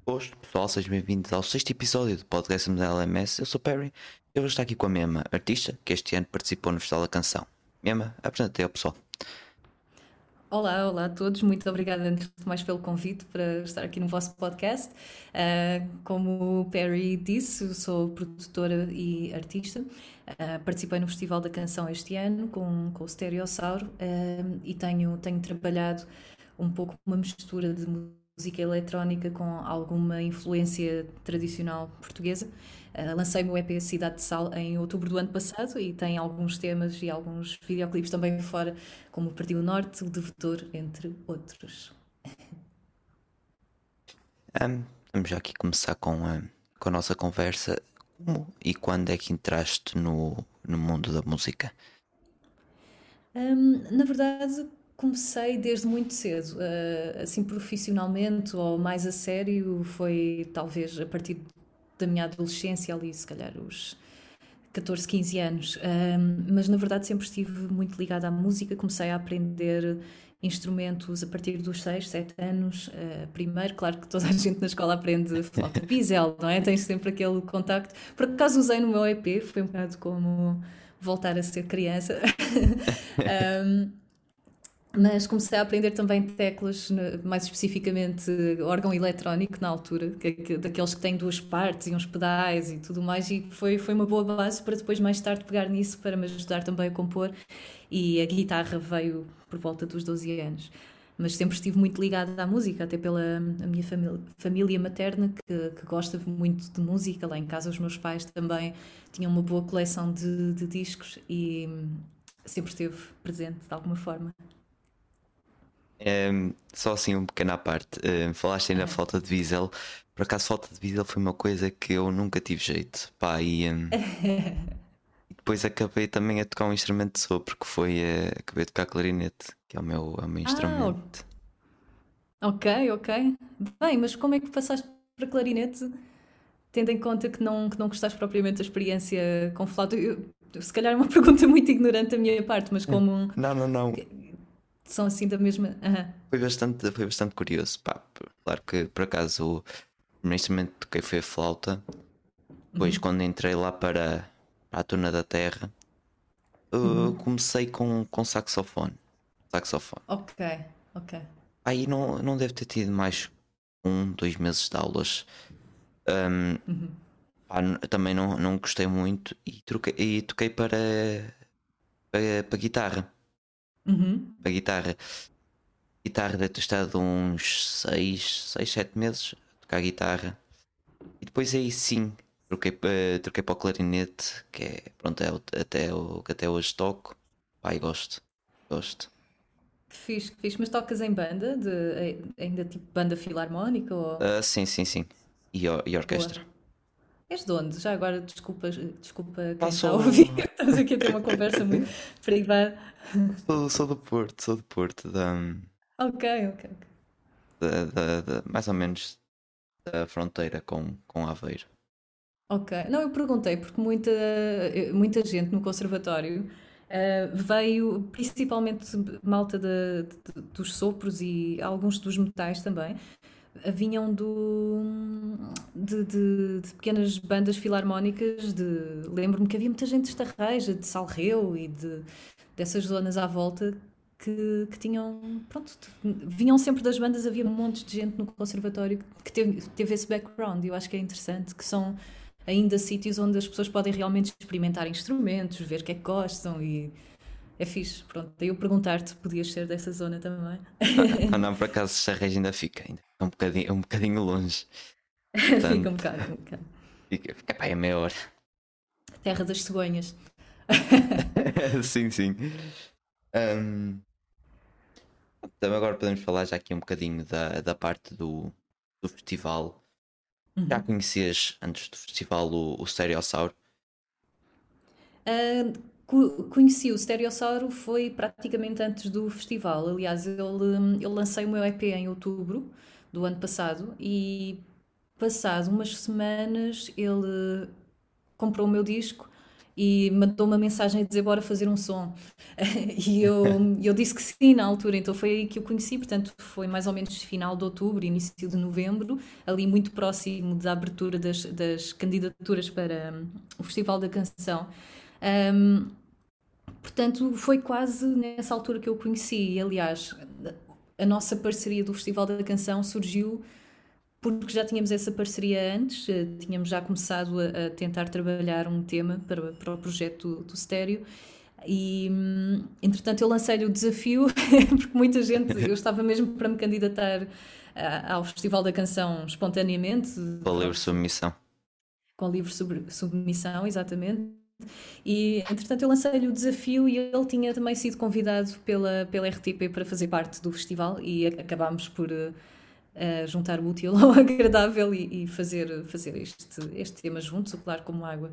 Hoje, pessoal, sejam bem-vindos ao sexto episódio do podcast da LMS. Eu sou Perry. Eu vou estar aqui com a Mema, artista, que este ano participou no Festival da Canção. Mema, apresentei ao pessoal. Olá, olá a todos. Muito obrigada antes de mais pelo convite para estar aqui no vosso podcast. Como o Perry disse, eu sou produtora e artista. Participei no Festival da Canção este ano com o Stereossauro, e tenho trabalhado um pouco uma mistura de música eletrónica com alguma influência tradicional portuguesa. Lancei o meu EP Cidade de Sal em outubro do ano passado e tem alguns temas e alguns videoclipes também fora, como o Partido Norte, o Devedor, entre outros. Vamos já aqui começar com a nossa conversa. Como e quando é que entraste no mundo da música? Na verdade, comecei desde muito cedo, assim profissionalmente ou mais a sério, foi talvez a partir da minha adolescência, ali, se calhar os 14, 15 anos. Mas na verdade sempre estive muito ligada à música, comecei a aprender instrumentos a partir dos 6, 7 anos. Primeiro, claro que toda a gente na escola aprende flauta de bisel, não é? Tens sempre aquele contacto. Por acaso usei no meu EP, foi um bocado como voltar a ser criança. Um, mas comecei a aprender também teclas, mais especificamente órgão eletrónico na altura, daqueles que têm duas partes e uns pedais e tudo mais, e foi uma boa base para depois mais tarde pegar nisso para me ajudar também a compor. E a guitarra veio por volta dos 12 anos. Mas sempre estive muito ligada à música, até pela a minha família materna, que gosta muito de música. Lá em casa, os meus pais também tinham uma boa coleção de discos e sempre esteve presente de alguma forma. Só assim um pequeno à parte. Falaste aí na falta de bisel. Por acaso, falta de bisel foi uma coisa que eu nunca tive jeito. Pá, e depois acabei também a tocar um instrumento de sopro, que foi. Acabei a tocar clarinete, que é o meu Ah, instrumento. ok, ok. Bem, mas como é que passaste para clarinete, tendo em conta que não gostaste propriamente da experiência com flauta? Se calhar é uma pergunta muito ignorante da minha parte, mas como Não, não, não. são assim da mesma. Aham. Foi bastante curioso. Pá, claro que por acaso o primeiro instrumento que toquei foi a flauta. Depois, Uhum, quando entrei lá para a Tuna da Terra, uhum. comecei com saxofone. Saxofone. Ok, ok. Aí não deve ter tido mais 1, 2 meses de aulas. Ahm, Pá, também não gostei muito e toquei para guitarra. Uhum. Para guitarra. Guitarra deve ter estado uns 6, 7 meses a tocar guitarra. E depois aí sim, troquei para o clarinete, que é, pronto, até o que até hoje toco. Pai, gosto. Que fixe. Mas tocas em banda, ainda tipo banda filarmónica ou. Sim, sim, sim. E Boa. orquestra. És de onde? Já agora, desculpa quem está a Passo. ouvir. Estamos aqui a ter uma conversa muito privada. Sou do Porto, Ok, ok, ok. mais ou menos da fronteira com Aveiro. Ok. Não, eu perguntei porque muita gente no conservatório veio, principalmente malta dos sopros e alguns dos metais também, vinham de pequenas bandas filarmónicas. Lembro-me que havia muita gente de Estarreja, de Salreu e dessas zonas à volta que tinham, pronto, vinham sempre das bandas, havia um monte de gente no conservatório que teve esse background e eu acho que é interessante, que são ainda sítios onde as pessoas podem realmente experimentar instrumentos, ver o que é que gostam e é fixe. Pronto, daí eu perguntar-te, podias ser dessa zona também. Não, por acaso Sarres ainda fica, ainda é um bocadinho longe. Fica Portanto, um bocado, um bocado. fica pá, é meia hora. Terra das cegonhas. Sim, sim. Ahm, Então agora podemos falar já aqui um bocadinho da parte do festival. Já Uhum. conhecias antes do festival o Stereossauro? Ah, conheci o Stereossauro foi praticamente antes do festival. Aliás, eu lancei o meu EP em outubro do ano passado e passado umas semanas ele comprou o meu disco e mandou uma mensagem a dizer bora fazer um som. E eu disse que sim na altura, então foi aí que eu conheci, portanto foi mais ou menos final de outubro, início de novembro, ali muito próximo da abertura das candidaturas para o Festival da Canção. Um, Portanto, foi quase nessa altura que eu o conheci. E, aliás, a nossa parceria do Festival da Canção surgiu porque já tínhamos essa parceria antes, tínhamos já começado a tentar trabalhar um tema para o projeto do Estéreo. E entretanto eu lancei-lhe o desafio, porque muita gente, eu estava mesmo para me candidatar ao Festival da Canção espontaneamente, Pela livre pronto, submissão. com a livre submissão, exatamente. E entretanto eu lancei-lhe o desafio e ele tinha também sido convidado pela RTP para fazer parte do festival e acabámos por juntar o útil ao agradável e fazer este tema juntos, o Claro como Água.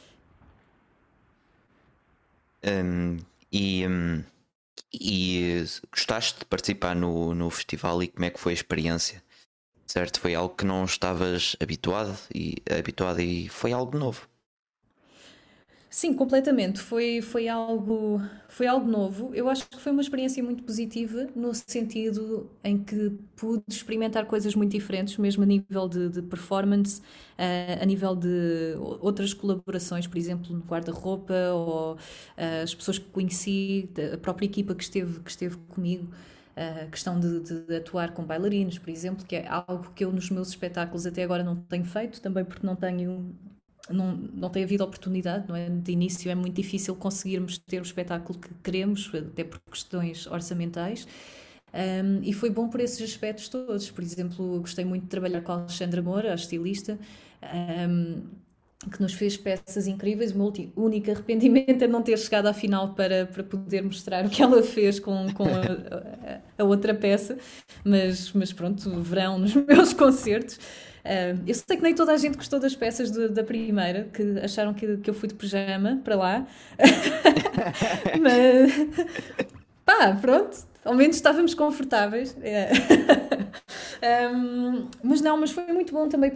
Hum, e, hum, e gostaste de participar no festival e como é que foi a experiência? Certo, foi algo que não estavas habituado e foi algo novo. Sim, completamente. Foi algo novo. Eu acho que foi uma experiência muito positiva, no sentido em que pude experimentar coisas muito diferentes, mesmo a nível de performance, a nível de outras colaborações, por exemplo, no guarda-roupa, ou as pessoas que conheci, a própria equipa que esteve comigo. A questão de atuar com bailarinos, por exemplo, que é algo que eu nos meus espetáculos até agora não tenho feito, também porque não tem havido oportunidade, não é? De início é muito difícil conseguirmos ter o espetáculo que queremos, até por questões orçamentais. E foi bom por esses aspectos todos. Por exemplo, gostei muito de trabalhar com a Alexandra Moura, a estilista, que nos fez peças incríveis. O meu único arrependimento é não ter chegado à final para poder mostrar o que ela fez com a outra peça, mas pronto, verão nos meus concertos. Eu sei que nem toda a gente gostou das peças da primeira, que acharam que eu fui de pijama para lá, mas pá, pronto, ao menos estávamos confortáveis. Mas não, mas foi muito bom também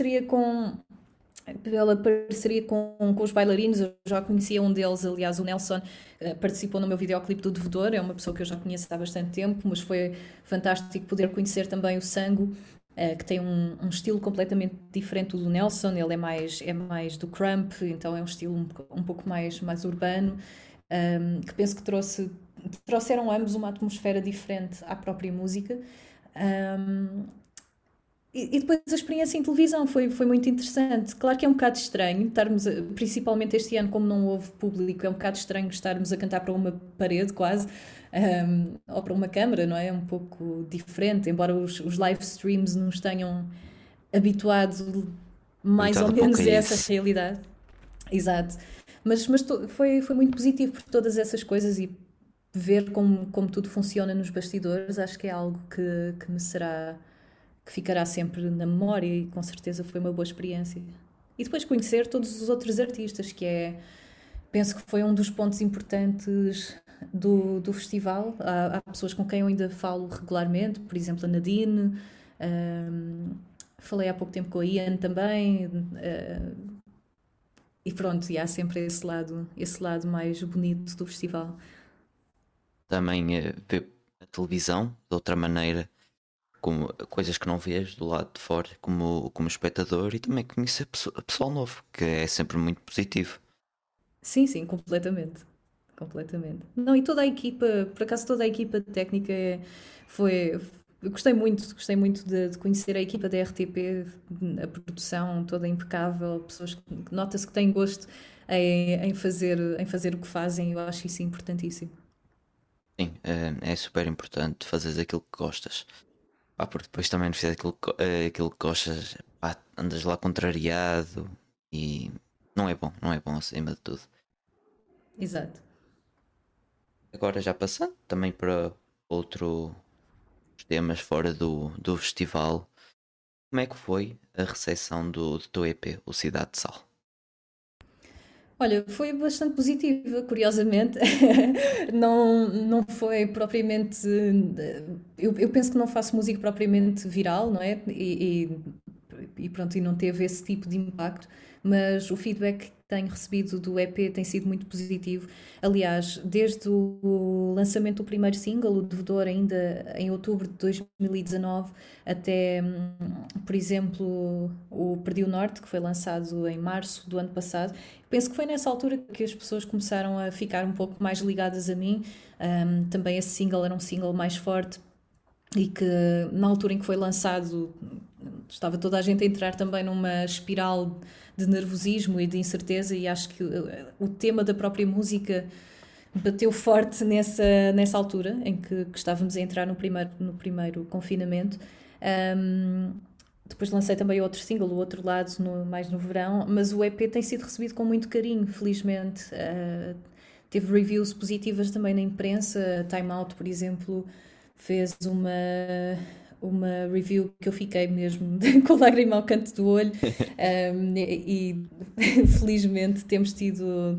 pela parceria com os bailarinos. Eu já conhecia um deles, aliás, o Nelson, participou no meu videoclipe do Devedor, é uma pessoa que eu já conheço há bastante tempo, mas foi fantástico poder conhecer também o Sango, que tem um estilo completamente diferente do Nelson. Ele é mais do crump, então é um estilo um pouco mais urbano, que penso que trouxeram ambos uma atmosfera diferente à própria música. Um, e depois a experiência em televisão foi muito interessante. Claro que é um bocado estranho estarmos, principalmente este ano, como não houve público, é um bocado estranho estarmos a cantar para uma parede quase, ou para uma câmara, não é? É um pouco diferente, embora os live streams nos tenham habituado mais Habituado ou a pouco a menos a essa isso. realidade. Exato. Mas foi muito positivo por todas essas coisas e ver como tudo funciona nos bastidores, acho que é algo que ficará sempre na memória e com certeza foi uma boa experiência. E depois conhecer todos os outros artistas, penso que foi um dos pontos importantes do festival. Há pessoas com quem eu ainda falo regularmente, por exemplo, a Nadine, falei há pouco tempo com a Ian também, e pronto, e há sempre esse lado mais bonito do festival. Também ver a televisão de outra maneira, como coisas que não vês do lado de fora, como espectador, e também conhecer pessoal novo, que é sempre muito positivo. Sim, sim, completamente. Completamente. Não, e toda a equipa, por acaso toda a equipa técnica foi. Eu gostei muito de conhecer a equipa da RTP, a produção toda impecável, pessoas que nota-se que têm gosto em fazer o que fazem, eu acho isso importantíssimo. Sim, é super importante fazeres aquilo que gostas. Pá, porque depois também não fizeres aquilo que gostas, pá, andas lá contrariado e não é bom, não é bom acima de tudo. Exato. Agora já passando também para outros temas fora do festival, como é que foi a recepção do teu EP, o Cidade de Sal? Olha, foi bastante positiva, curiosamente. Não foi propriamente. Eu penso que não faço música propriamente viral, não é? E e pronto, e não teve esse tipo de impacto, mas o feedback que tenho recebido do EP tem sido muito positivo. Aliás, desde o lançamento do primeiro single, o Devedor, ainda em outubro de 2019, até, por exemplo, o Perdi o Norte, que foi lançado em março do ano passado, penso que foi nessa altura que as pessoas começaram a ficar um pouco mais ligadas a mim. Também esse single era um single mais forte e que na altura em que foi lançado estava toda a gente a entrar também numa espiral de nervosismo e de incerteza, e acho que o tema da própria música bateu forte nessa altura em que estávamos a entrar no primeiro confinamento. Depois lancei também outro single, o Outro Lado, mais no verão, mas o EP tem sido recebido com muito carinho, felizmente. Teve reviews positivas também na imprensa. Time Out, por exemplo, fez uma review que eu fiquei mesmo com lágrima ao canto do olho. E felizmente temos tido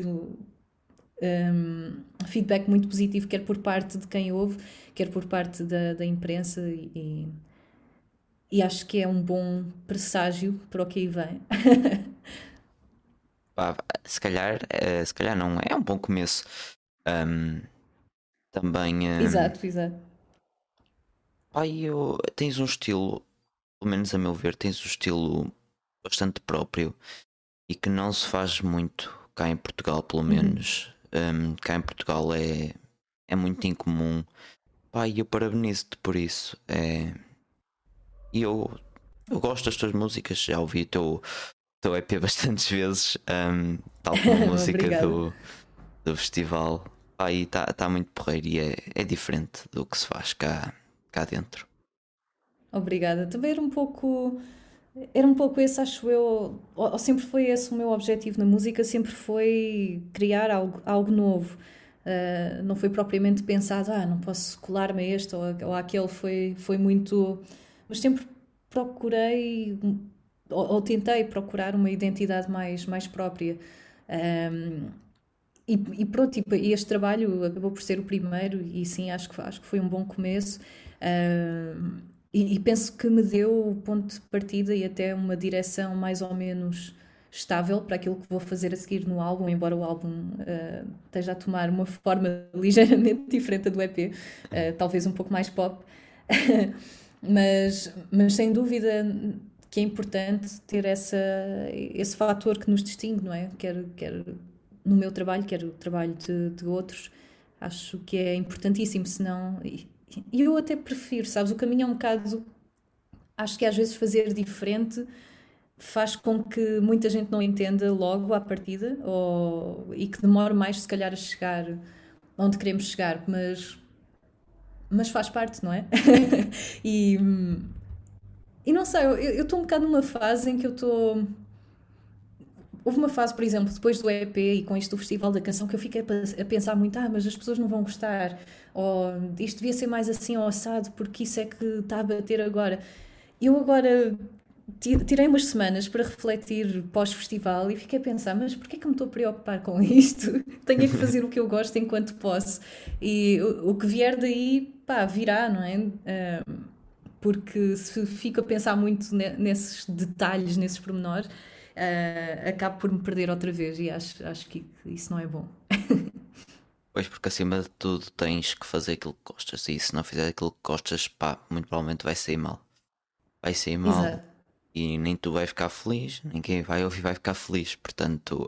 feedback muito positivo, quer por parte de quem ouve, quer por parte da imprensa, e acho que é um bom presságio para o que aí vem. Pá, se calhar não, é um bom começo. Ahm, também, Exato, exato. pá, tens um estilo, pelo menos a meu ver, tens um estilo bastante próprio e que não se faz muito cá em Portugal, pelo Uhum. menos. Cá em Portugal é muito incomum. Pá, e eu parabenizo-te por isso. E eu gosto das tuas músicas, já ouvi o teu EP bastantes vezes, tal como a música Obrigada. do festival. Pá, e está muito porreiro e é diferente do que se faz cá dentro. Obrigada. Também era um pouco esse, acho eu, ou sempre foi esse o meu objetivo na música, sempre foi criar algo novo. Não foi propriamente pensado, não posso colar-me a este ou àquele, foi muito. Mas sempre procurei, ou tentei procurar uma identidade mais própria. Um, e pronto, e este trabalho acabou por ser o primeiro, e sim, acho que foi um bom começo. E penso que me deu o ponto de partida e até uma direção mais ou menos estável para aquilo que vou fazer a seguir no álbum, embora o álbum esteja a tomar uma forma ligeiramente diferente da do EP, talvez um pouco mais pop, mas sem dúvida que é importante ter esse fator que nos distingue, não é? Quer no meu trabalho, quer o trabalho de outros, acho que é importantíssimo, senão. E eu até prefiro, sabes? O caminho é um bocado. Acho que às vezes fazer diferente faz com que muita gente não entenda logo à partida, e que demore mais, se calhar, a chegar onde queremos chegar, mas faz parte, não é? e, e não sei, eu estou um bocado numa fase em que eu estou. Houve uma fase, por exemplo, depois do EP e com isto do Festival da Canção, que eu fiquei a pensar muito, mas as pessoas não vão gostar, ou isto devia ser mais assim ou assado, porque isso é que está a bater agora. Eu agora tirei umas semanas para refletir pós-festival e fiquei a pensar, mas porquê que me estou a preocupar com isto? Tenho é que fazer o que eu gosto enquanto posso. E o que vier daí, pá, virá, não é? Porque se fico a pensar muito nesses detalhes, nesses pormenores, acabo por me perder outra vez, e acho que isso não é bom. Pois, porque acima de tudo tens que fazer aquilo que gostas, e se não fizer aquilo que gostas, pá, muito provavelmente vai sair mal. Vai sair mal Exato, e nem tu vai ficar feliz, ninguém vai ouvir vai ficar feliz. Portanto,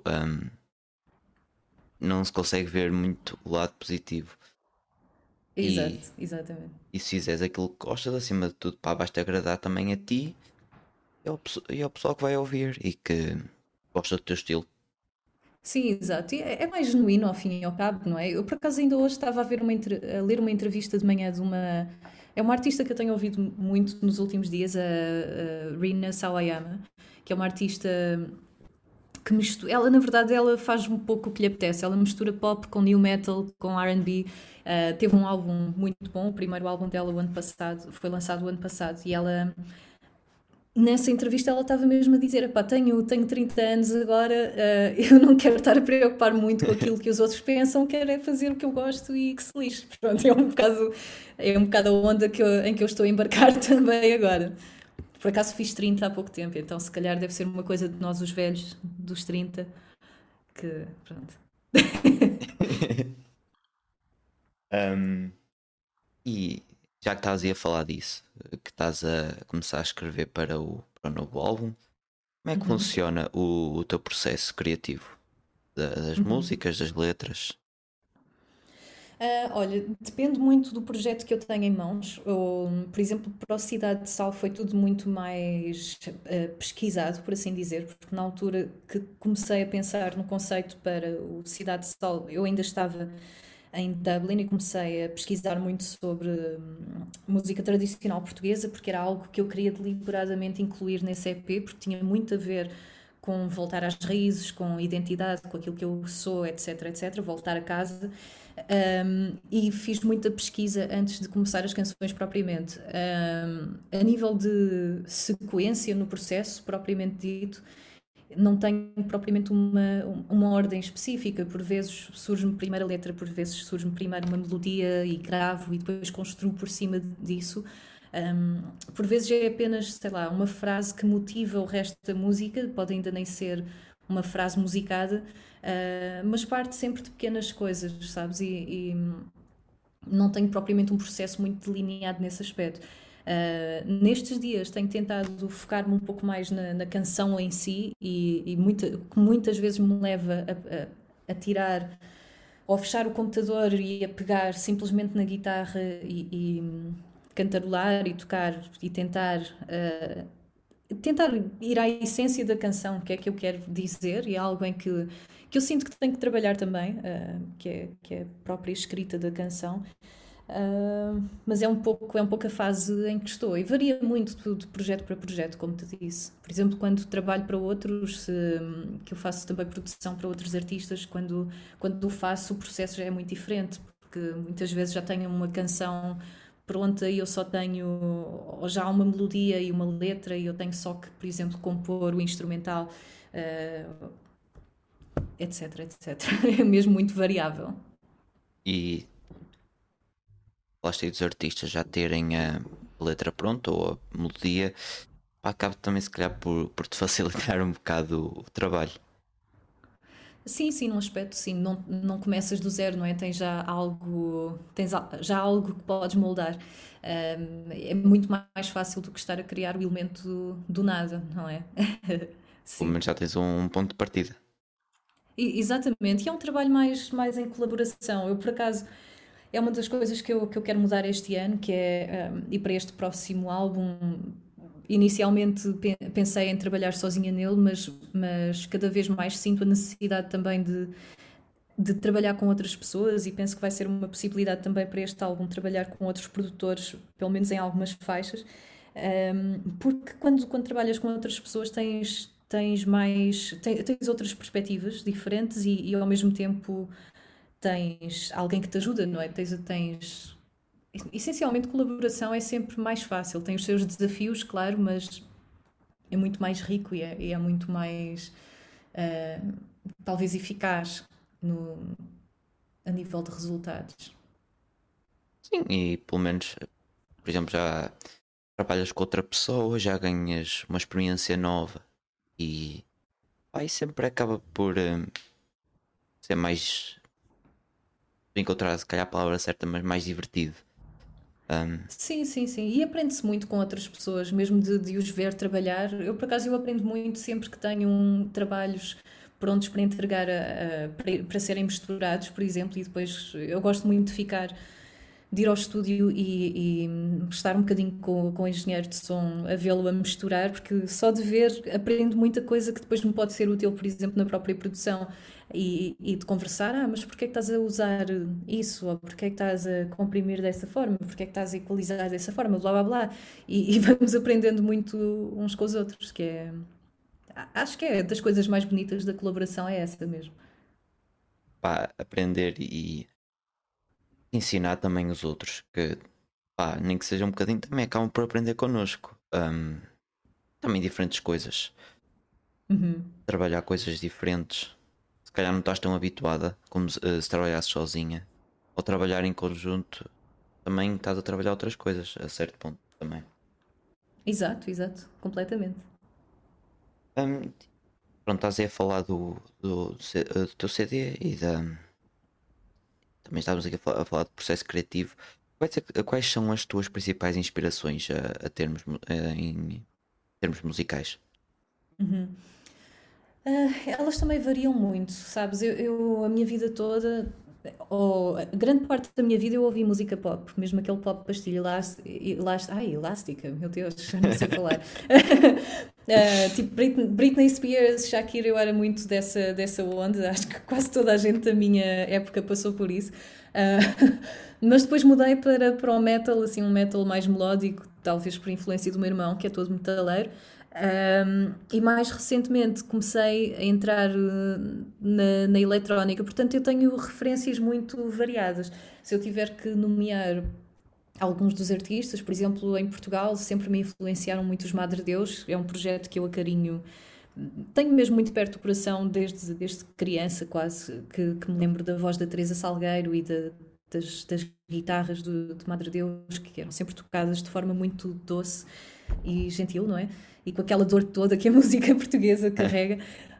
não se consegue ver muito o lado positivo. E, exato, exatamente. e se fizeres aquilo que gostas, acima de tudo, pá, vais-te agradar também a ti e ao pessoal que vai ouvir e que gosta do teu estilo. Sim, exato. E é mais genuíno ao fim e ao cabo, não é? Eu por acaso ainda hoje estava a ler uma entrevista de manhã de uma. É uma artista que eu tenho ouvido muito nos últimos dias, a Rina Sawayama, que é uma artista que mistura. Ela, na verdade, ela faz um pouco o que lhe apetece. Ela mistura pop com new metal, com R&B. Teve um álbum muito bom, o primeiro álbum dela o ano passado, foi lançado o ano passado, e ela nessa entrevista ela estava mesmo a dizer: pá, tenho 30 anos agora, eu não quero estar a preocupar muito com aquilo que os outros pensam, quero é fazer o que eu gosto e que se lixe. Pronto, é um bocado a onda em que eu estou a embarcar também agora. Por acaso fiz 30 há pouco tempo, então se calhar deve ser uma coisa de nós, os velhos, dos 30 que, pronto. Um, e já que estás aí a falar disso, que estás a começar a escrever para o novo álbum, como é que Uhum, funciona o teu processo criativo? Das uhum. músicas, das letras? Olha, depende muito do projeto que eu tenho em mãos. Por exemplo, para o Cidade de Sal foi tudo muito mais pesquisado, por assim dizer, porque na altura que comecei a pensar no conceito para o Cidade de Sal, eu ainda estava em Dublin e comecei a pesquisar muito sobre música tradicional portuguesa, porque era algo que eu queria deliberadamente incluir nesse EP, porque tinha muito a ver com voltar às raízes, com identidade, com aquilo que eu sou, etc, etc, voltar a casa. E fiz muita pesquisa antes de começar as canções propriamente. A nível de sequência no processo, propriamente dito, não tenho propriamente uma ordem específica. Por vezes surge-me primeiro a letra, por vezes surge-me primeiro uma melodia e gravo e depois construo por cima disso. Por vezes é apenas, sei lá, uma frase que motiva o resto da música, pode ainda nem ser uma frase musicada, mas parte sempre de pequenas coisas, sabes? E não tenho propriamente um processo muito delineado nesse aspecto. Nestes dias tenho tentado focar-me um pouco mais na canção em si e muitas vezes me leva a tirar ou fechar o computador e a pegar simplesmente na guitarra e cantarolar e tocar e tentar ir à essência da canção, que é que eu quero dizer, e é algo em que eu sinto que tenho que trabalhar também, que é a própria escrita da canção. Mas é um pouco a fase em que estou e varia muito de projeto para projeto, como te disse. Por exemplo, quando trabalho para outros, que eu faço também produção para outros artistas, quando o faço, o processo já é muito diferente, porque muitas vezes já tenho uma canção pronta e eu só tenho, ou já há uma melodia e uma letra e eu tenho só que, por exemplo, compor o instrumental, etc, etc. É mesmo muito variável. E falaste aí dos artistas já terem a letra pronta ou a melodia, pá, acaba também se calhar por te facilitar um bocado o trabalho. Sim, sim, num aspecto, sim. Não começas do zero, não é? Já algo que podes moldar. É muito mais fácil do que estar a criar o elemento do nada, não é? Pelo Sim. menos já tens um ponto de partida. Exatamente. E é um trabalho mais em colaboração. Eu, por acaso, é uma das coisas que eu quero mudar este ano, que é, e para este próximo álbum, inicialmente pensei em trabalhar sozinha nele, mas cada vez mais sinto a necessidade também de trabalhar com outras pessoas e penso que vai ser uma possibilidade também para este álbum trabalhar com outros produtores, pelo menos em algumas faixas, porque quando trabalhas com outras pessoas tens outras perspectivas diferentes e ao mesmo tempo tens alguém que te ajuda, não é? Essencialmente colaboração é sempre mais fácil, tem os seus desafios, claro, mas é muito mais rico e é muito mais talvez eficaz no, a nível de resultados. Sim, e pelo menos, por exemplo, já trabalhas com outra pessoa, já ganhas uma experiência nova e pá, e sempre acaba por ser mais, encontrar se calhar a palavra certa, mas mais divertido. Um, Sim, sim, sim. E aprende-se muito com outras pessoas, mesmo de os ver trabalhar. Eu, por acaso, eu aprendo muito sempre que tenho trabalhos prontos para entregar, para serem misturados, por exemplo, e depois eu gosto muito de ficar, de ir ao estúdio e estar um bocadinho com o engenheiro de som a vê-lo a misturar, porque só de ver aprendo muita coisa que depois me pode ser útil, por exemplo, na própria produção. E de conversar, mas porquê é que estás a usar isso? Ou porquê é que estás a comprimir dessa forma? Porquê é que estás a equalizar dessa forma? Blá blá blá. E vamos aprendendo muito uns com os outros, que é. Acho que é das coisas mais bonitas da colaboração, é essa mesmo. pá, aprender e ensinar também os outros, que pá, nem que seja um bocadinho, também acabam por aprender connosco. Também diferentes coisas, Uhum. trabalhar coisas diferentes. Se calhar não estás tão habituada como se trabalhasses sozinha, ou trabalhar em conjunto, também estás a trabalhar outras coisas a certo ponto também. Exato, exato, completamente. Hum, Pronto, estás aí a falar do teu CD e também estávamos aqui a falar de processo criativo. Quais são as tuas principais inspirações em termos musicais? Elas também variam muito, sabes? A minha vida toda, ou a grande parte da minha vida, eu ouvi música pop, mesmo aquele pop pastilha elástica, meu Deus, já não sei falar. Tipo Britney Spears, Shakira, eu era muito dessa onda, acho que quase toda a gente da minha época passou por isso. Mas depois mudei para o metal, assim, um metal mais melódico, talvez por influência do meu irmão, que é todo metaleiro. E mais recentemente comecei a entrar na eletrónica, portanto eu tenho referências muito variadas. Se eu tiver que nomear alguns dos artistas, por exemplo, em Portugal sempre me influenciaram muito os Madre Deus, é um projeto que eu acarinho, tenho mesmo muito perto do coração desde criança quase, que me lembro da voz da Teresa Salgueiro e das guitarras de Madre Deus, que eram sempre tocadas de forma muito doce e gentil, não é? E com aquela dor toda que a música portuguesa carrega.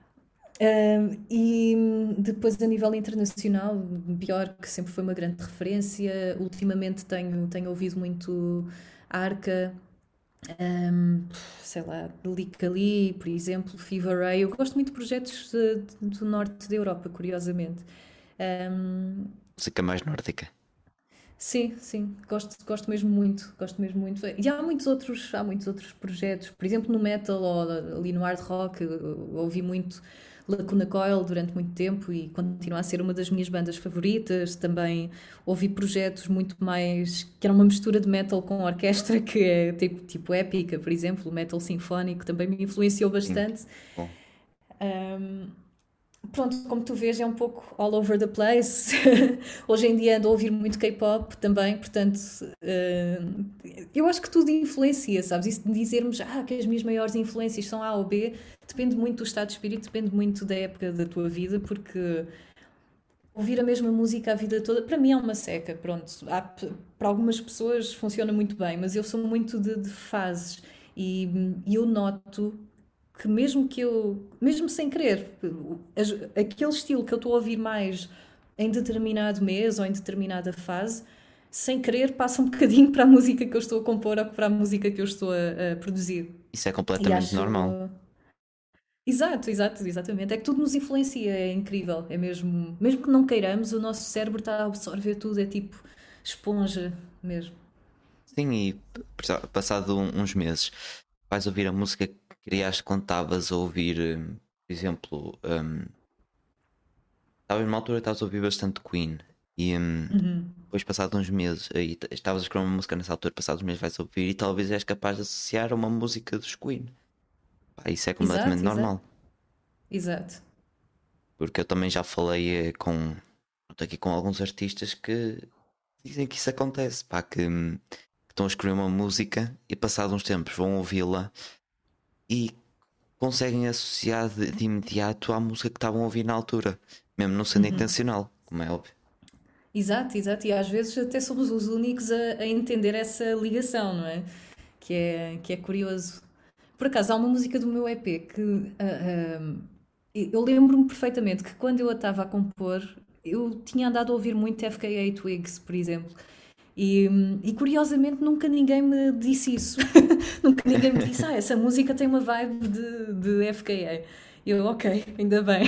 E depois, a nível internacional, Björk sempre foi uma grande referência. Ultimamente tenho ouvido muito Arca, um, sei lá, Lick Ali, por exemplo, Fever Ray. Eu gosto muito de projetos do norte da Europa, curiosamente. Um, Música mais nórdica. Sim, sim, gosto mesmo muito, gosto mesmo muito. E há muitos outros projetos, por exemplo, no metal ou ali no hard rock, eu ouvi muito Lacuna Coil durante muito tempo e continua a ser uma das minhas bandas favoritas. Também ouvi projetos muito mais que eram uma mistura de metal com orquestra, que é tipo épica, por exemplo, o metal sinfónico também me influenciou Sim. bastante. Bom, Pronto, como tu vês, é um pouco all over the place. Hoje em dia ando a ouvir muito K-pop também, portanto, eu acho que tudo influencia, sabes? Isso de dizermos que as minhas maiores influências são A ou B, depende muito do estado de espírito, depende muito da época da tua vida, porque ouvir a mesma música a vida toda, para mim é uma seca, pronto. Para algumas pessoas funciona muito bem, mas eu sou muito de fases e eu noto mesmo sem querer, aquele estilo que eu estou a ouvir mais em determinado mês ou em determinada fase, sem querer passa um bocadinho para a música que eu estou a compor ou para a música que eu estou a produzir. isso é E completamente acho. normal. Exato, exato, exatamente. É que tudo nos influencia, é incrível. É mesmo que não queiramos, o nosso cérebro está a absorver tudo, é tipo esponja mesmo. Sim, e passado uns meses vais ouvir a música que criaste quando estavas a ouvir, por exemplo, estavas numa altura estavas a ouvir bastante Queen e depois passado uns meses aí estavas a escrever uma música nessa altura, passados uns meses vais ouvir e talvez és capaz de associar a uma música dos Queen. Pá, isso é completamente Exato, exato, normal. exato. Porque eu também já falei pronto, aqui com alguns artistas que dizem que isso acontece, pá, que estão a escrever uma música e passados uns tempos vão ouvi-la e conseguem associar de imediato à música que estavam a ouvir na altura, mesmo não sendo intencional, como é óbvio. Exato, exato. E às vezes até somos os únicos a entender essa ligação, não é? Que é curioso. Por acaso, há uma música do meu EP que eu lembro-me perfeitamente que quando eu a estava a compor, eu tinha andado a ouvir muito FKA Twigs, por exemplo. E curiosamente nunca ninguém me disse isso. Nunca ninguém me disse, essa música tem uma vibe de FKA. Eu, ok, ainda bem.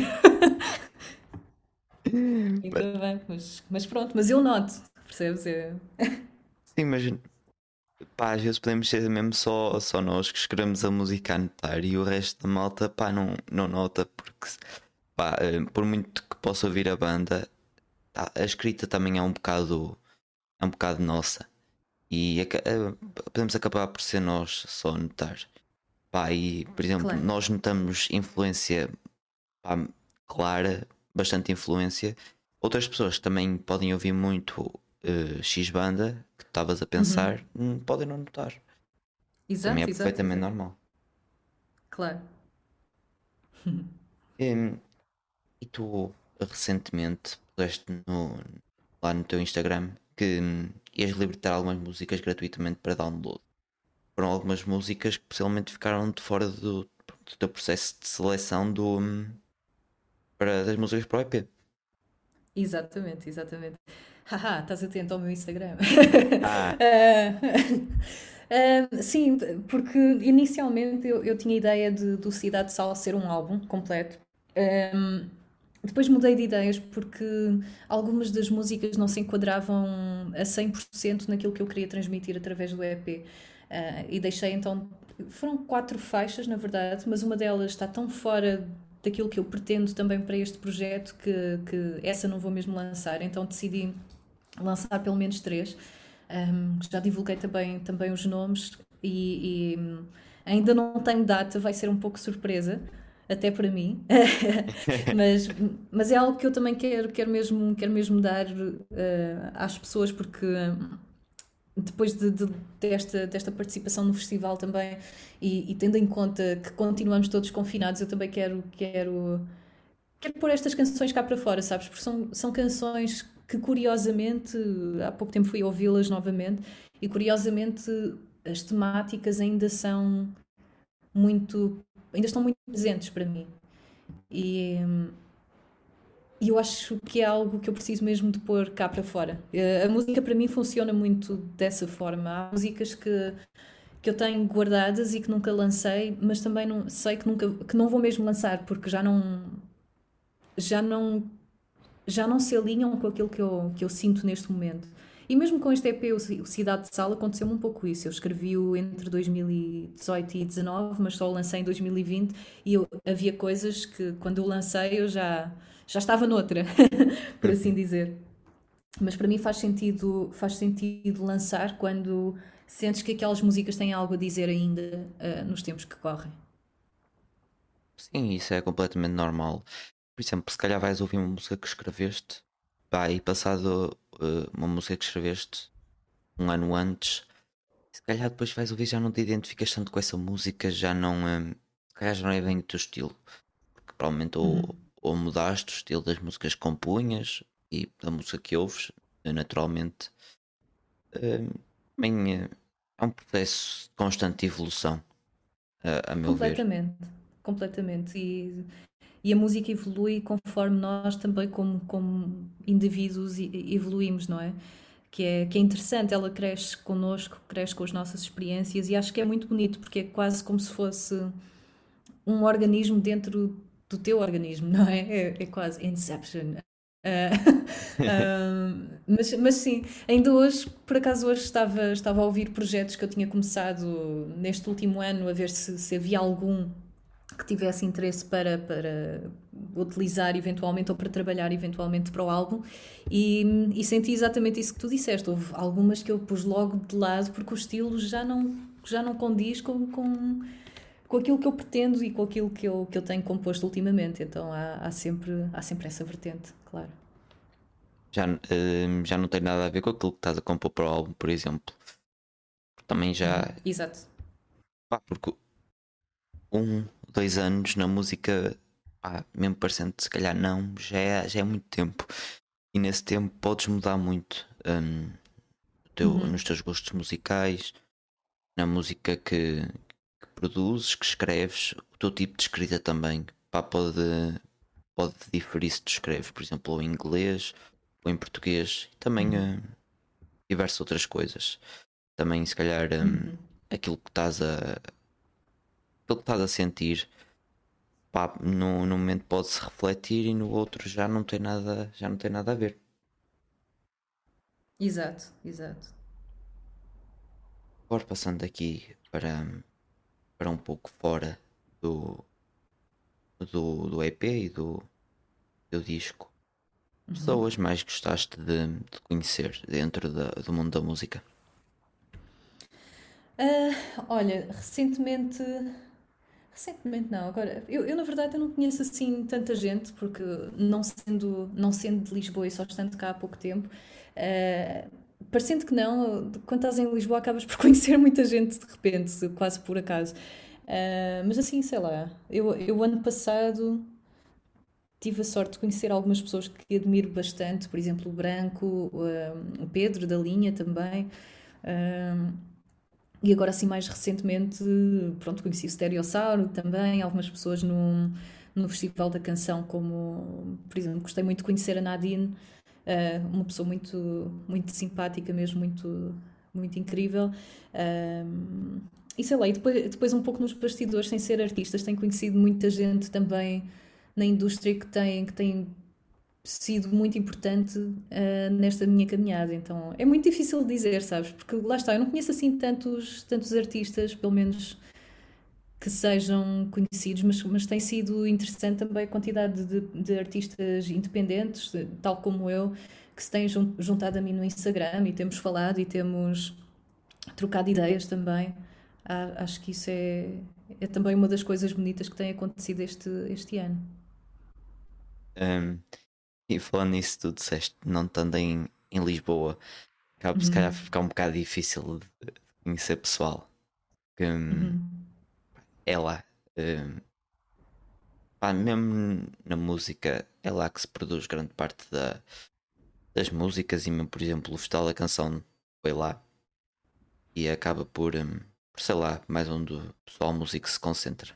But, Ainda bem, mas pronto, mas eu noto, percebes? sim, mas pá, às vezes podemos ser mesmo só nós que escrevemos a música a notar e o resto da malta pá, não nota porque pá, por muito que possa ouvir a banda, a escrita também é um bocado nossa. E podemos acabar por ser nós só a notar. Pá, e, por exemplo, Claro. nós notamos influência, pá, clara, bastante influência. Outras pessoas que também podem ouvir muito X banda, que tu estavas a pensar, podem não notar. Também é Exato, exato, perfeitamente exato. normal. Claro. Hum, E tu recentemente puseste lá no teu Instagram que ias libertar algumas músicas gratuitamente para download. foram algumas músicas que possivelmente ficaram de fora do teu processo de seleção das músicas para o EP. Exatamente, exatamente. Haha, estás atento ao meu Instagram. Ah, Sim, porque inicialmente eu tinha a ideia do Cidade de Sal ser um álbum completo. Um, Depois mudei de ideias porque algumas das músicas não se enquadravam a 100% naquilo que eu queria transmitir através do EP. E deixei então. Foram 4 faixas, na verdade, mas uma delas está tão fora daquilo que eu pretendo também para este projeto que essa não vou mesmo lançar. Então decidi lançar pelo menos 3. Já divulguei também os nomes e ainda não tenho data, vai ser um pouco surpresa, até para mim. mas, mas é algo que eu também quero mesmo dar às pessoas, porque depois desta participação no festival também, e tendo em conta que continuamos todos confinados, eu também quero pôr estas canções cá para fora, sabes? Porque são canções que curiosamente, há pouco tempo fui ouvi-las novamente, e curiosamente as temáticas ainda estão muito presentes para mim. E, e eu acho que é algo que eu preciso mesmo de pôr cá para fora. A música para mim funciona muito dessa forma. Há músicas que eu tenho guardadas e que nunca lancei, mas também não, sei que não vou mesmo lançar porque já não, já não se alinham com aquilo que eu sinto neste momento. E mesmo com este EP, o Cidade de Sal, aconteceu-me um pouco isso. Eu escrevi-o entre 2018 e 2019, mas só o lancei em 2020 e havia coisas que quando o lancei eu já estava noutra, por assim dizer. Mas para mim faz sentido lançar quando sentes que aquelas músicas têm algo a dizer ainda nos tempos que correm. sim, isso é completamente normal. Por exemplo, se calhar vais ouvir uma música que escreveste, pá, e passado uma música que escreveste um ano antes, se calhar depois vais ouvir já não te identificas tanto com essa música, já não, se calhar já não é bem o teu estilo, porque provavelmente Uhum. ou mudaste o estilo das músicas que compunhas e da música que ouves, naturalmente. Eh, Também é um processo de constante evolução, a meu ver. Completamente, completamente. E a música evolui conforme nós também, como indivíduos, evoluímos, não é? Que é interessante, ela cresce connosco, cresce com as nossas experiências e acho que é muito bonito porque é quase como se fosse um organismo dentro do teu organismo, não é? É quase Inception. Ah, mas sim, ainda hoje, por acaso hoje estava a ouvir projetos que eu tinha começado neste último ano a ver se havia algum que tivesse interesse para utilizar eventualmente ou para trabalhar eventualmente para o álbum e senti exatamente isso que tu disseste. Houve algumas que eu pus logo de lado porque o estilo já não condiz com aquilo que eu pretendo e com aquilo que eu tenho composto ultimamente. Então há sempre essa vertente, claro. Já não tem nada a ver com aquilo que estás a compor para o álbum, por exemplo. Também já, Exato. pá, porque 2 anos na música, pá, mesmo parecendo se calhar não, já é muito tempo. E nesse tempo podes mudar muito nos teus gostos musicais, na música que produzes, que escreves, o teu tipo de escrita também. Pá, pode diferir se tu escreves, por exemplo, ou em inglês ou em português, e também diversas outras coisas. Também, se calhar, aquilo que estás a sentir, pá, no momento pode-se refletir e no outro já não tem nada a ver. Exato, exato. Agora passando aqui para um pouco fora do, do EP e do disco. Pessoas mais gostaste de conhecer dentro do mundo da música? Olha, recentemente não, agora, eu na verdade eu não conheço assim tanta gente, porque não sendo de Lisboa e só estando cá há pouco tempo, uh, parecendo que não, quando estás em Lisboa acabas por conhecer muita gente de repente, quase por acaso. Mas assim, sei lá, eu ano passado tive a sorte de conhecer algumas pessoas que admiro bastante, por exemplo, o Branco, o Pedro da Linha também. E agora, assim, mais recentemente, pronto, conheci o Stereossauro também, algumas pessoas no Festival da Canção, como, por exemplo, gostei muito de conhecer a Nadine, uma pessoa muito simpática mesmo, muito incrível. E sei lá, e depois um pouco nos bastidores, sem ser artistas, tenho conhecido muita gente também na indústria que tem sido muito importante nesta minha caminhada. Então é muito difícil de dizer, sabes? Porque lá está, eu não conheço assim tantos artistas, pelo menos que sejam conhecidos, mas tem sido interessante também a quantidade de artistas independentes, tal como eu, que se têm juntado a mim no Instagram e temos falado e temos trocado ideias também. Acho que isso é também uma das coisas bonitas que tem acontecido este ano. Hum, e falando nisso, tu disseste não estando em Lisboa, acaba por se calhar Uhum, ficar um bocado difícil de conhecer pessoal. Que uhum. é lá. hum, Pá, mesmo na música, é lá que se produz grande parte das músicas. E mesmo, por exemplo, o Festival da Canção foi lá e acaba por sei lá, mais onde o pessoal músico se concentra.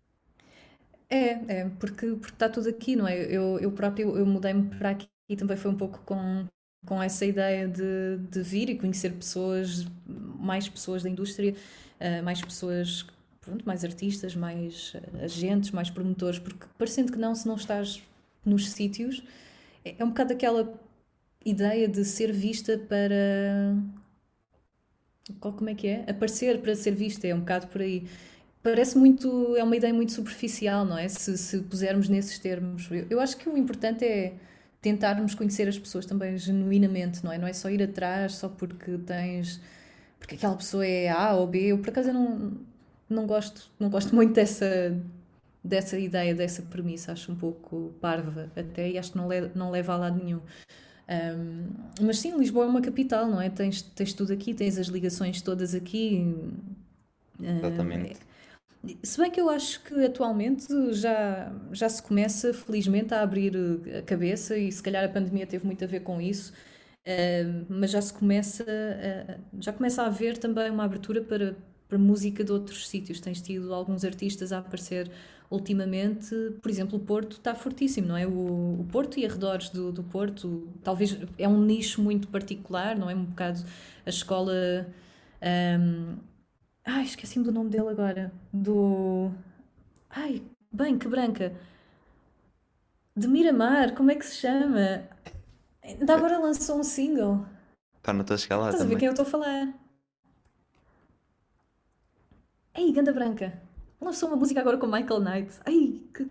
Porque está tudo aqui, não é? Eu próprio eu mudei-me para aqui e também foi um pouco com essa ideia de vir e conhecer pessoas, mais pessoas da indústria, mais pessoas, pronto, mais artistas, mais agentes, mais promotores, porque parecendo que não, se não estás nos sítios, é um bocado aquela ideia de ser vista para. Como é que é? Aparecer para ser vista, é um bocado por aí. Parece muito, é uma ideia muito superficial, não é? Se pusermos nesses termos. Eu acho que o importante é tentarmos conhecer as pessoas também genuinamente, não é? Não é só ir atrás só porque tens, porque aquela pessoa é A ou B. Eu por acaso eu não gosto muito dessa ideia, dessa premissa. Acho um pouco parva até e acho que não leva a lado nenhum. Mas sim, Lisboa é uma capital, não é? Tens tudo aqui, tens as ligações todas aqui. Exatamente. Se bem que eu acho que atualmente já se começa, felizmente, a abrir a cabeça e se calhar a pandemia teve muito a ver com isso, mas já começa a haver também uma abertura para música de outros sítios. Tens tido alguns artistas a aparecer ultimamente, por exemplo, o Porto está fortíssimo, não é? O Porto e arredores do Porto, talvez é um nicho muito particular, não é? Um bocado a escola. ahm, Ai, esqueci-me do nome dele agora. Ai, bem, que branca. De Miramar, como é que se chama? Ainda agora lançou um single. Pá, não estou a chegar lá Estás a ver também. quem eu estou a falar? Ei, Ganda Branca. Lançou uma música agora com Michael Knight. Ai, que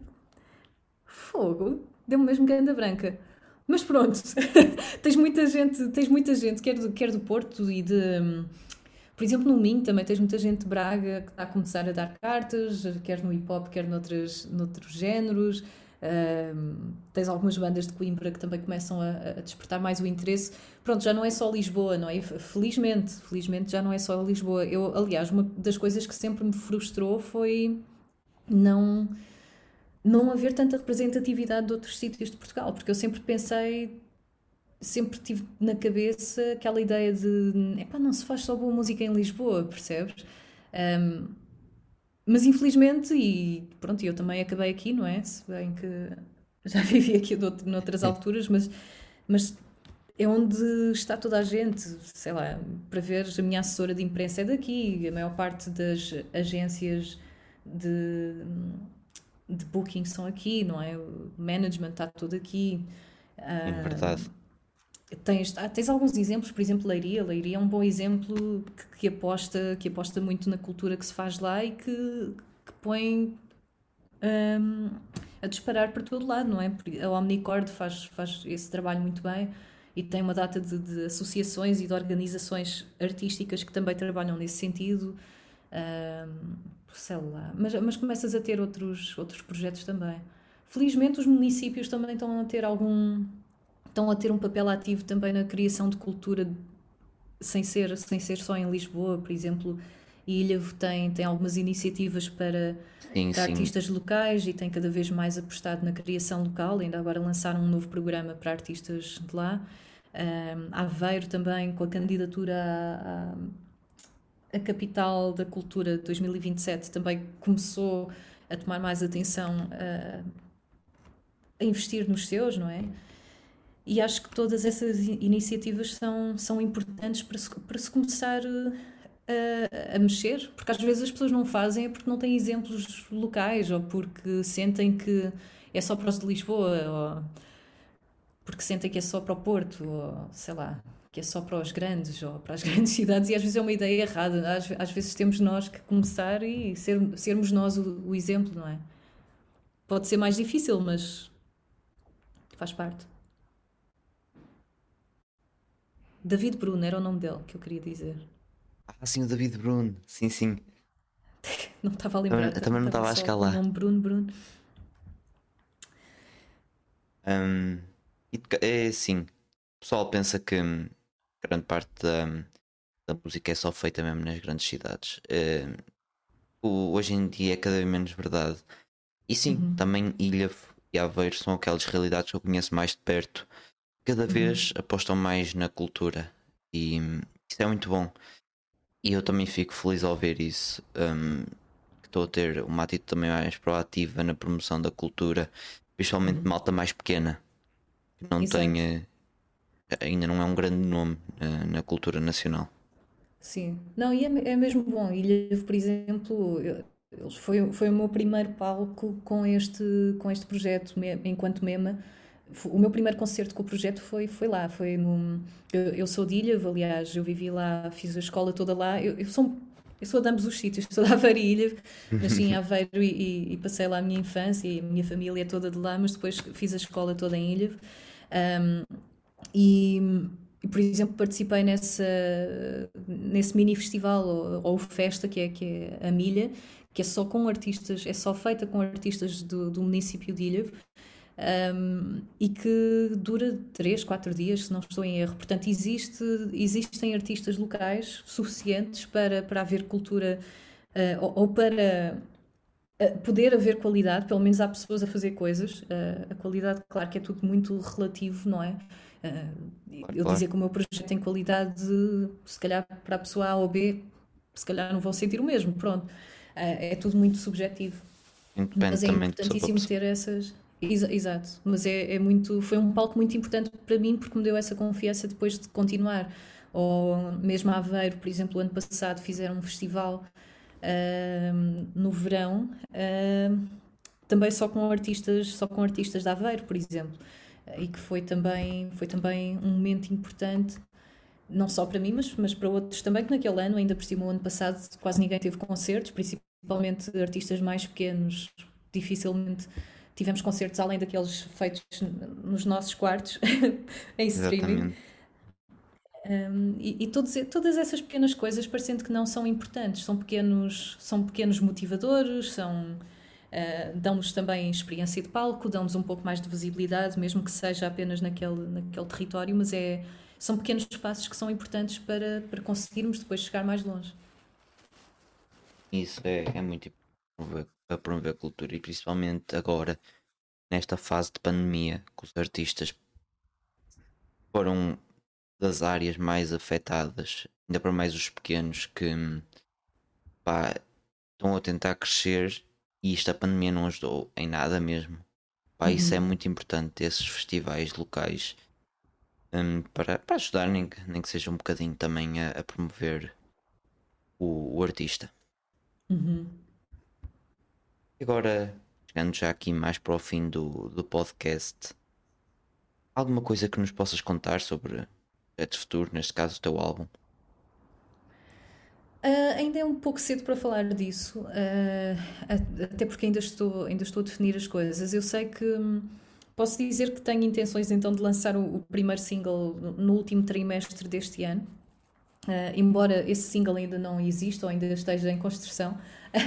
fogo. Deu-me mesmo Ganda Branca. Mas pronto, tens muita gente, quer do Porto e de. Por exemplo, no Minho também tens muita gente de Braga que está a começar a dar cartas, quer no hip hop, quer noutros géneros. Tens algumas bandas de Coimbra que também começam a despertar mais o interesse. Pronto, já não é só Lisboa, não é? Felizmente já não é só Lisboa. Aliás, uma das coisas que sempre me frustrou foi não, não haver tanta representatividade de outros sítios de Portugal, porque eu sempre tive na cabeça aquela ideia de epá, não se faz só boa música em Lisboa, percebes? Um, mas infelizmente, e pronto, eu também acabei aqui, não é? Se bem que já vivi aqui noutras alturas, mas é onde está toda a gente, sei lá, para ver, a minha assessora de imprensa é daqui, a maior parte das agências de, de booking são aqui, não é? O management está tudo aqui. Sim, verdade. Tens alguns exemplos, por exemplo, Leiria. Leiria é um bom exemplo que aposta muito na cultura que se faz lá e que põe hum, a disparar para todo lado, não é? A Omnicord faz esse trabalho muito bem e tem uma data de associações e de organizações artísticas que também trabalham nesse sentido. Hum, Sei lá. Mas começas a ter outros projetos também. Felizmente, os municípios também estão a ter um papel ativo também na criação de cultura sem ser só em Lisboa, por exemplo. Ilhavo tem algumas iniciativas Sim, para sim. artistas locais e tem cada vez mais apostado na criação local. Ainda agora lançaram um novo programa para artistas de lá. Aveiro também, com a candidatura a capital da cultura de 2027 também começou a tomar mais atenção a investir nos seus, não é? E acho que todas essas iniciativas são importantes para se começar a mexer, porque às vezes as pessoas não fazem é porque não têm exemplos locais ou porque sentem que é só para os de Lisboa ou porque sentem que é só para o Porto ou sei lá, que é só para os grandes ou para as grandes cidades e às vezes é uma ideia errada. Às vezes temos nós que começar e sermos nós o exemplo, não é? Pode ser mais difícil, mas faz parte. David Bruno era o nome dele que eu queria dizer. Ah, sim, o David Bruno. Sim, sim. Não estava a Também, lembrar, também não estava estava a só chegar com o lá. nome Bruno Bruno. Hum, é assim, o pessoal pensa que grande parte da música é só feita mesmo nas grandes cidades. Hoje em dia é cada vez menos verdade. E sim, Uhum, também Ilha e Aveiro são aquelas realidades que eu conheço mais de perto. Cada uhum. vez apostam mais na cultura e isso é muito bom. E eu também fico feliz ao ver isso. Que estou a ter uma atitude também mais proativa na promoção da cultura, principalmente de Uhum. malta mais pequena, que não Exato, tem, ainda não é um grande nome na cultura nacional. sim. Não, e é mesmo bom. Ilha, por exemplo, foi o meu primeiro palco com este projeto enquanto MEMA. O meu primeiro concerto com o projeto foi lá. Eu sou de Ilha, aliás, eu vivi lá, fiz a escola toda lá. Eu sou de ambos os sítios, sou de Aveiro e Ilha, nasci em Aveiro e passei lá a minha infância e a minha família é toda de lá, mas depois fiz a escola toda em Ilha. E, por exemplo, participei nesse mini festival ou festa que é a Milha, que é só com artistas, é só feita com artistas do município de Ilha, e que dura 3 4 dias, se não estou em erro. Portanto, existem artistas locais suficientes para haver cultura, ou para poder haver qualidade, pelo menos há pessoas a fazer coisas. A qualidade, claro que é tudo muito relativo, não é? Claro, Eu claro. dizer que o meu projeto tem qualidade, se calhar para a pessoa A ou B, se calhar não vão sentir o mesmo, pronto. É tudo muito subjetivo. Depende Mas é também de pessoa para importantíssimo pessoa. ter essas. Exato, mas foi um palco muito importante para mim porque me deu essa confiança depois de continuar. Ou mesmo a Aveiro, por exemplo, ano passado fizeram um festival no verão, também só com artistas de Aveiro, por exemplo, e que foi também um momento importante, não só para mim, mas para outros também, que naquele ano, ainda por cima, o ano passado, quase ninguém teve concertos, principalmente artistas mais pequenos, dificilmente tivemos concertos além daqueles feitos nos nossos quartos, em streaming. Exatamente. E todas essas pequenas coisas parecendo que não são importantes, são pequenos motivadores, dão-nos também experiência de palco, dão-nos um pouco mais de visibilidade, mesmo que seja apenas naquele território, mas são pequenos passos que são importantes para conseguirmos depois chegar mais longe. Isso é muito importante para promover a cultura e principalmente agora, nesta fase de pandemia, que os artistas foram das áreas mais afetadas, ainda para mais os pequenos que pá, estão a tentar crescer e isto a pandemia não ajudou em nada mesmo. Pá, isso é Uhum, muito importante, esses festivais locais, para ajudar, nem que seja um bocadinho também a promover o artista. uhum. Agora, chegando já aqui mais para o fim do podcast, alguma coisa que nos possas contar sobre projetos futuros, neste caso o teu álbum? Ainda é um pouco cedo para falar disso, até porque ainda estou a definir as coisas. Eu sei que posso dizer que tenho intenções então de lançar o primeiro single no último trimestre deste ano. Embora esse single ainda não exista ou ainda esteja em construção.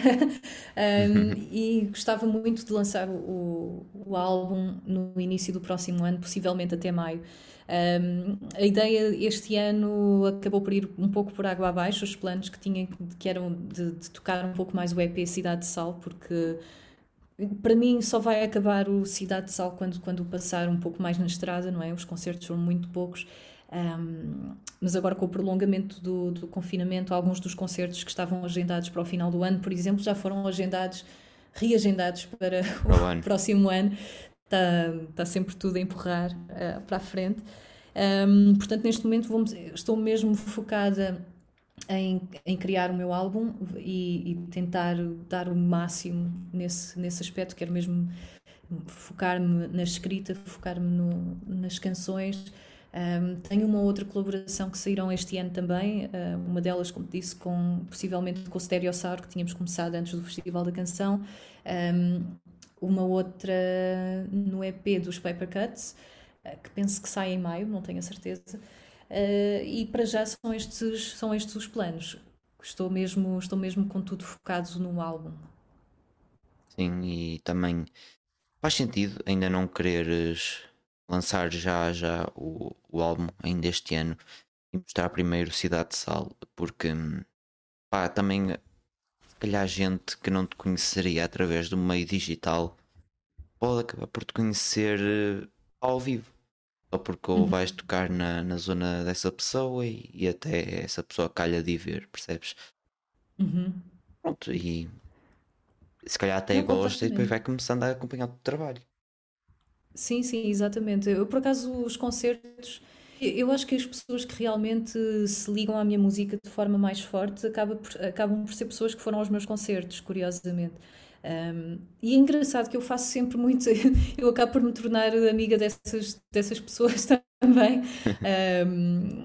E gostava muito de lançar o álbum no início do próximo ano, possivelmente até maio. A ideia este ano acabou por ir um pouco por água abaixo, os planos que tinha, que eram de tocar um pouco mais o EP Cidade de Sal, porque para mim só vai acabar o Cidade de Sal quando passar um pouco mais na estrada, não é? Os concertos são muito poucos. Mas agora com o prolongamento do confinamento, alguns dos concertos que estavam agendados para o final do ano, por exemplo, já foram reagendados para Para o o ano. próximo ano. Está sempre tudo a empurrar para a frente. Portanto, neste momento estou mesmo focada em criar o meu álbum e tentar dar o máximo nesse aspecto. Quero mesmo focar-me na escrita, focar-me nas canções. Tenho uma outra colaboração que saíram este ano também, uma delas, como disse, possivelmente com o Stereossauro, que tínhamos começado antes do Festival da Canção, uma outra no EP dos Paper Cuts, que penso que sai em maio, não tenho a certeza. E para já são estes os planos. Estou mesmo com tudo focado no álbum. Sim, e também faz sentido ainda não quereres lançar já o álbum ainda este ano e mostrar primeiro Cidade de Sal, porque pá, também se calhar gente que não te conheceria através do meio digital pode acabar por te conhecer ao vivo. Só porque ou vais Uhum. tocar na zona dessa pessoa e até essa pessoa calha de ir ver, percebes? Uhum. Pronto, e se calhar até Não, gosta e depois completamente. vai começando a acompanhar o teu trabalho. Sim, sim, exatamente. Eu, por acaso, os concertos, eu acho que as pessoas que realmente se ligam à minha música de forma mais forte acabam por ser pessoas que foram aos meus concertos, curiosamente. E é engraçado que eu faço sempre muito, eu acabo por me tornar amiga dessas pessoas também. Um,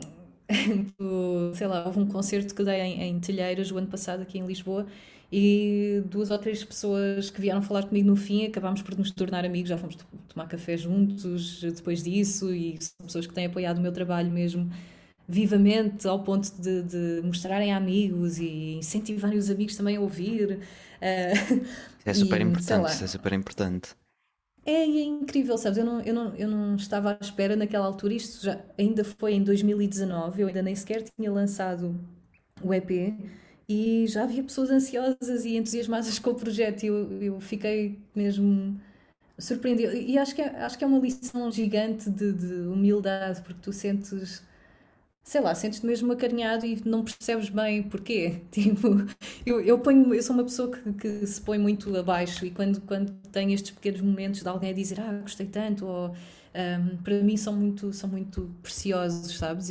Sei lá, houve um concerto que dei em Telheiras o ano passado aqui em Lisboa e duas ou três pessoas que vieram falar comigo no fim acabámos por nos tornar amigos, já fomos tomar café juntos depois disso e são pessoas que têm apoiado o meu trabalho mesmo vivamente ao ponto de mostrarem a amigos e incentivarem os amigos também a ouvir. Isso é super E sei importante, isso é lá, super importante. é incrível, sabes? Eu não estava à espera naquela altura, isto já ainda foi em 2019, eu ainda nem sequer tinha lançado o EP e já havia pessoas ansiosas e entusiasmadas com o projeto e eu fiquei mesmo surpreendida. E acho que é uma lição gigante de humildade, porque tu sentes, sei lá, sentes-te mesmo acarinhado e não percebes bem porquê. Tipo, eu sou uma pessoa que se põe muito abaixo e quando tem estes pequenos momentos de alguém a dizer gostei tanto, ou para mim são muito preciosos, sabes?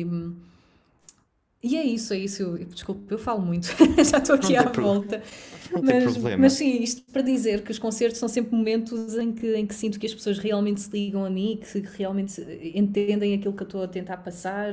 E é isso. Desculpa, eu falo muito, já estou Não aqui tem, à volta. não tem Mas problema. sim, isto para dizer que os concertos são sempre momentos em que sinto que as pessoas realmente se ligam a mim, que realmente entendem aquilo que eu estou a tentar passar.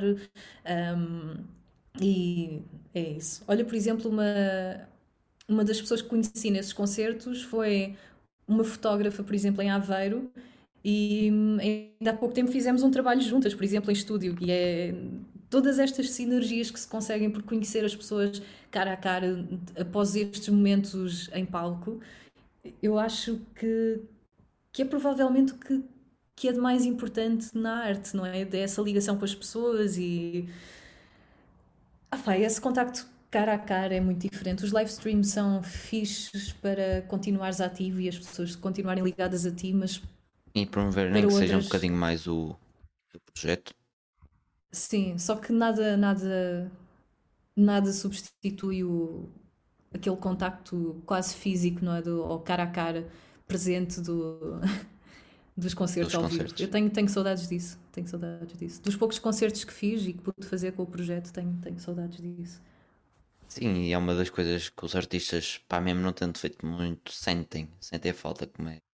E é isso. Olha, por exemplo, uma das pessoas que conheci nesses concertos foi uma fotógrafa, por exemplo, em Aveiro, e ainda há pouco tempo fizemos um trabalho juntas, por exemplo, em estúdio, e é todas estas sinergias que se conseguem por conhecer as pessoas cara a cara após estes momentos em palco, eu acho que é provavelmente o que é de mais importante na arte, não é? Dessa ligação com as pessoas e esse contacto cara a cara é muito diferente. Os live streams são fixes para continuares ativo e as pessoas continuarem ligadas a ti, mas E promover nem para que seja um outras, bocadinho mais o projeto. sim. Só que nada substitui aquele contacto quase físico, não é? Ao cara a cara presente dos concertos Dos ao vivo. Eu concertos. tenho saudades disso. Tenho saudades disso. Dos poucos concertos que fiz e que pude fazer com o projeto, tenho saudades disso. Sim, e é uma das coisas que os artistas, pá, mesmo não tendo feito muito, sentem a falta, como é.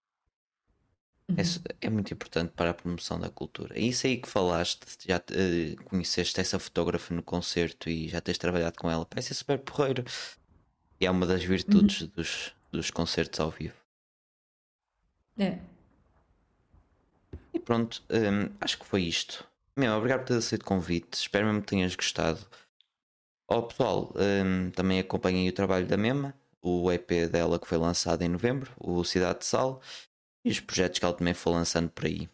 É muito importante para a promoção da cultura. E isso aí que falaste, já conheceste essa fotógrafa no concerto e já tens trabalhado com ela, parece ser super porreiro. E é uma das Uhum. virtudes dos concertos ao vivo. É. E pronto, acho que foi isto. Meu, obrigado por ter aceito o convite. Espero mesmo que tenhas gostado. Ó pessoal, também acompanhei o trabalho da Mema, o EP dela que foi lançado em novembro, o Cidade de Sal, e os projetos que ela também foi lançando por aí.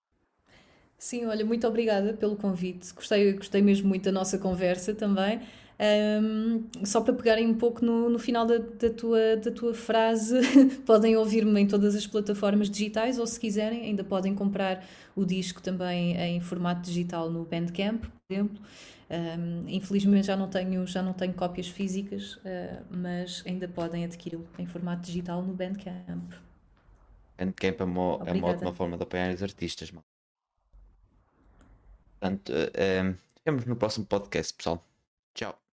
Sim, olha, muito obrigada pelo convite. Gostei mesmo muito da nossa conversa também. Só para pegarem um pouco no final da tua frase, podem ouvir-me em todas as plataformas digitais ou, se quiserem, ainda podem comprar o disco também em formato digital no Bandcamp, por exemplo. Infelizmente já não tenho cópias físicas, mas ainda podem adquiri-lo em formato digital no Bandcamp. Bandcamp é uma Obrigada. ótima forma de apoiar os artistas, mano. Portanto, vemos no próximo podcast, pessoal. Tchau.